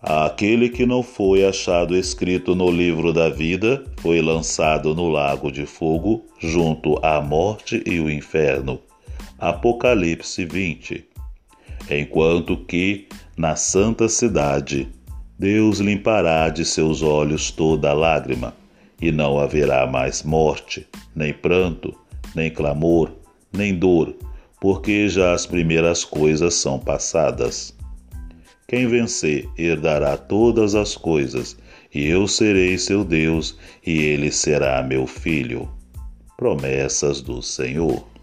Aquele que não foi achado escrito no livro da vida foi lançado no lago de fogo, junto à morte e o inferno. Apocalipse 20. Enquanto que, na santa cidade, Deus limpará de seus olhos toda lágrima, e não haverá mais morte, nem pranto, nem clamor, nem dor, porque já as primeiras coisas são passadas. Quem vencer herdará todas as coisas, e eu serei seu Deus, e ele será meu filho. Promessas do Senhor.